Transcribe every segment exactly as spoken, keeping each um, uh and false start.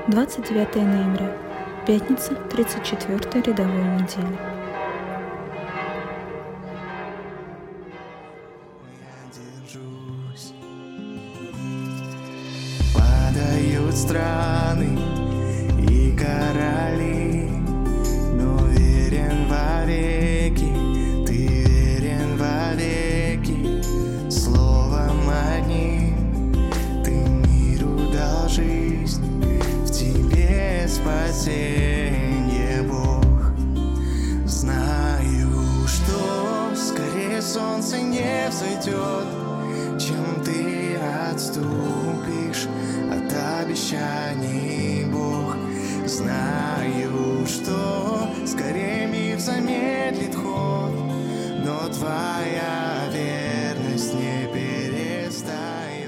двадцать девятое ноября. Пятница, тридцать четвёртой рядовой недели. Падают страны и короли, но верен вовеки, ты верен вовеки. Словом одним ты миру дал жизнь, в тебе спасенье, Бог. Знаю, что скорее солнце не взойдет, чем ты отступишь от обещаний, Бог. Знаю, что скорее мир замедлит ход, но твоя верность не перестает.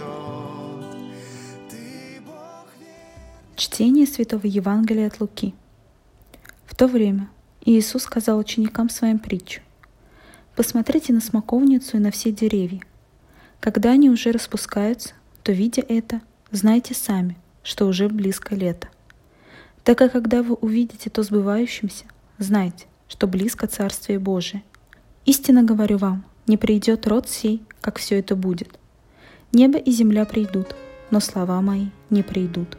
Ты, Бог, верный. Чтение Святого Евангелия от Луки. В то время Иисус сказал ученикам своим притчу: «Посмотрите на смоковницу и на все деревья. Когда они уже распускаются, то, видя это, знайте сами, что уже близко лето. Так как когда вы увидите то сбывающимся, знайте, что близко Царствие Божие. Истинно говорю вам, не придет род сей, как все это будет. Небо и земля придут, но слова мои не придут».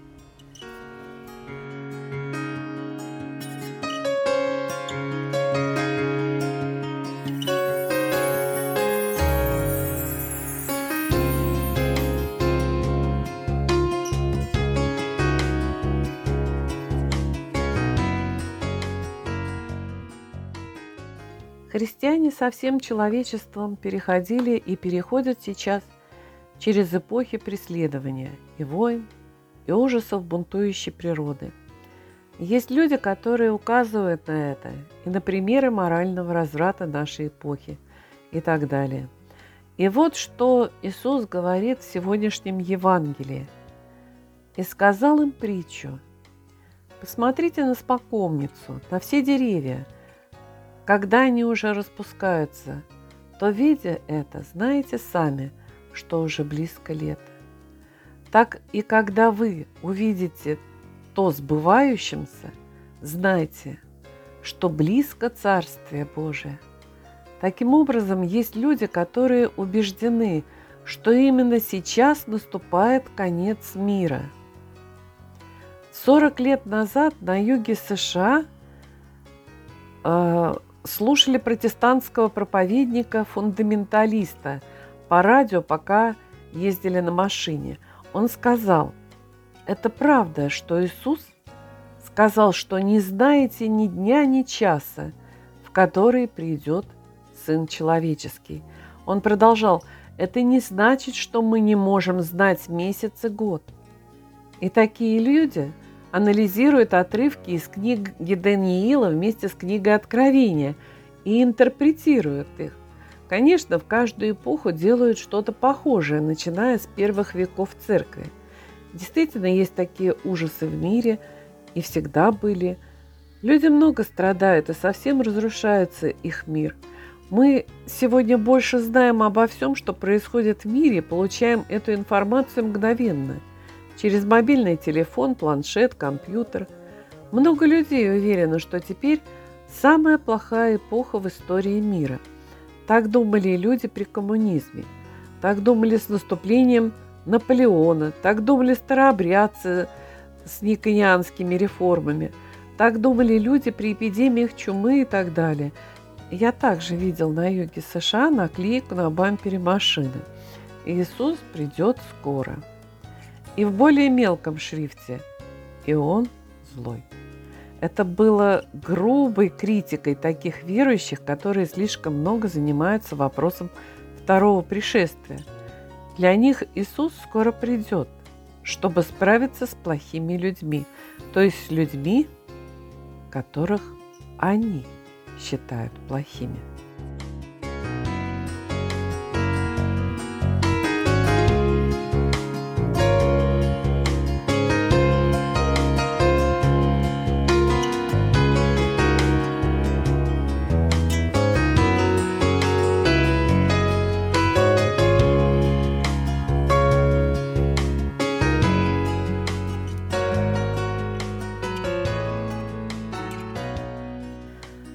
Христиане со всем человечеством переходили и переходят сейчас через эпохи преследования и войн, и ужасов бунтующей природы. Есть люди, которые указывают на это и на примеры морального разврата нашей эпохи и так далее. И вот что Иисус говорит в сегодняшнем Евангелии. «И сказал им притчу: посмотрите на смоковницу, на все деревья. Когда они уже распускаются, то, видя это, знаете сами, что уже близко лето. Так и когда вы увидите то сбывающимся, знайте, что близко Царствие Божие». Таким образом, есть люди, которые убеждены, что именно сейчас наступает конец мира. сорок лет назад на юге США э, слушали протестантского проповедника-фундаменталиста по радио, пока ездили на машине. Он сказал: «Это правда, что Иисус сказал, что не знаете ни дня, ни часа, в который придет Сын Человеческий». Он продолжал: «Это не значит, что мы не можем знать месяц и год». И такие люди анализируют отрывки из книги Даниила вместе с книгой Откровения и интерпретируют их. Конечно, в каждую эпоху делают что-то похожее, начиная с первых веков церкви. Действительно, есть такие ужасы в мире, и всегда были. Люди много страдают, и совсем разрушается их мир. Мы сегодня больше знаем обо всем, что происходит в мире, получаем эту информацию мгновенно. Через мобильный телефон, планшет, компьютер. Много людей уверены, что теперь самая плохая эпоха в истории мира. Так думали люди при коммунизме. Так думали с наступлением Наполеона. Так думали старообрядцы с никонианскими реформами. Так думали люди при эпидемиях чумы и так далее. Я также видел на юге США наклейку на бампере машины: «Иисус придет скоро». И в более мелком шрифте: «И он злой». Это было грубой критикой таких верующих, которые слишком много занимаются вопросом второго пришествия. Для них Иисус скоро придет, чтобы справиться с плохими людьми, то есть с людьми, которых они считают плохими.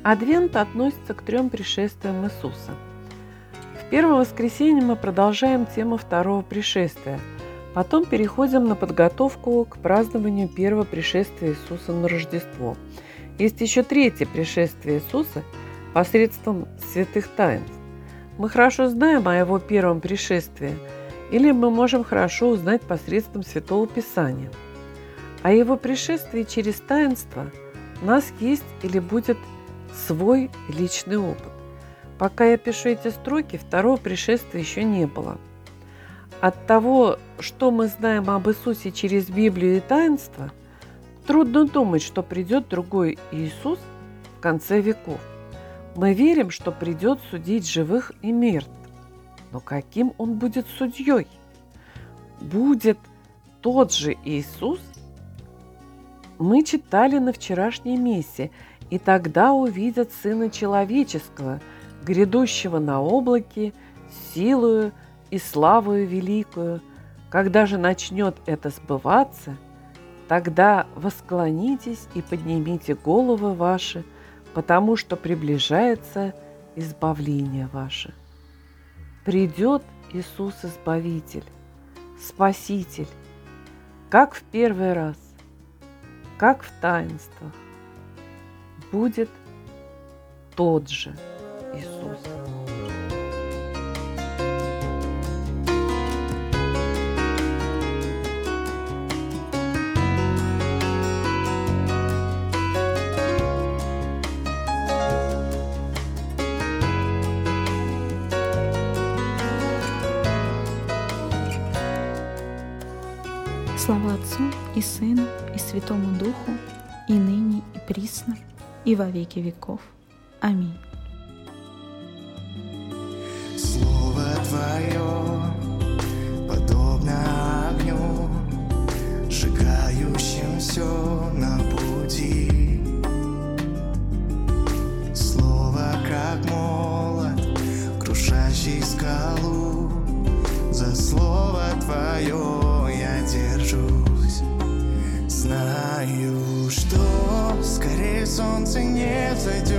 Адвент относится к трем пришествиям Иисуса. В первое воскресенье мы продолжаем тему второго пришествия. Потом переходим на подготовку к празднованию первого пришествия Иисуса на Рождество. Есть еще третье пришествие Иисуса посредством святых таинств. Мы хорошо знаем о Его первом пришествии, или мы можем хорошо узнать посредством Святого Писания. О Его пришествии через таинство у нас есть или будет свой личный опыт. Пока я пишу эти строки, второго пришествия еще не было. От того, что мы знаем об Иисусе через Библию и таинство, трудно думать, что придет другой Иисус в конце веков. Мы верим, что придет судить живых и мертвых. Но каким Он будет судьей? Будет тот же Иисус? Мы читали на вчерашней мессе: «И тогда увидят Сына Человеческого, грядущего на облаке, силою и славою великую. Когда же начнет это сбываться, тогда восклонитесь и поднимите головы ваши, потому что приближается избавление ваше». Придет Иисус Избавитель, Спаситель, как в первый раз, как в таинствах. Будет тот же Иисус. Слава Отцу и Сыну и Святому Духу, и ныне, и присно, и во веки веков. Аминь. Слово Твое подобно огню, сжигающим все на пути. Слово, как молот, крушащий скалу. За Слово Твое я держусь. Знаю, что скорее солнце не взойдет,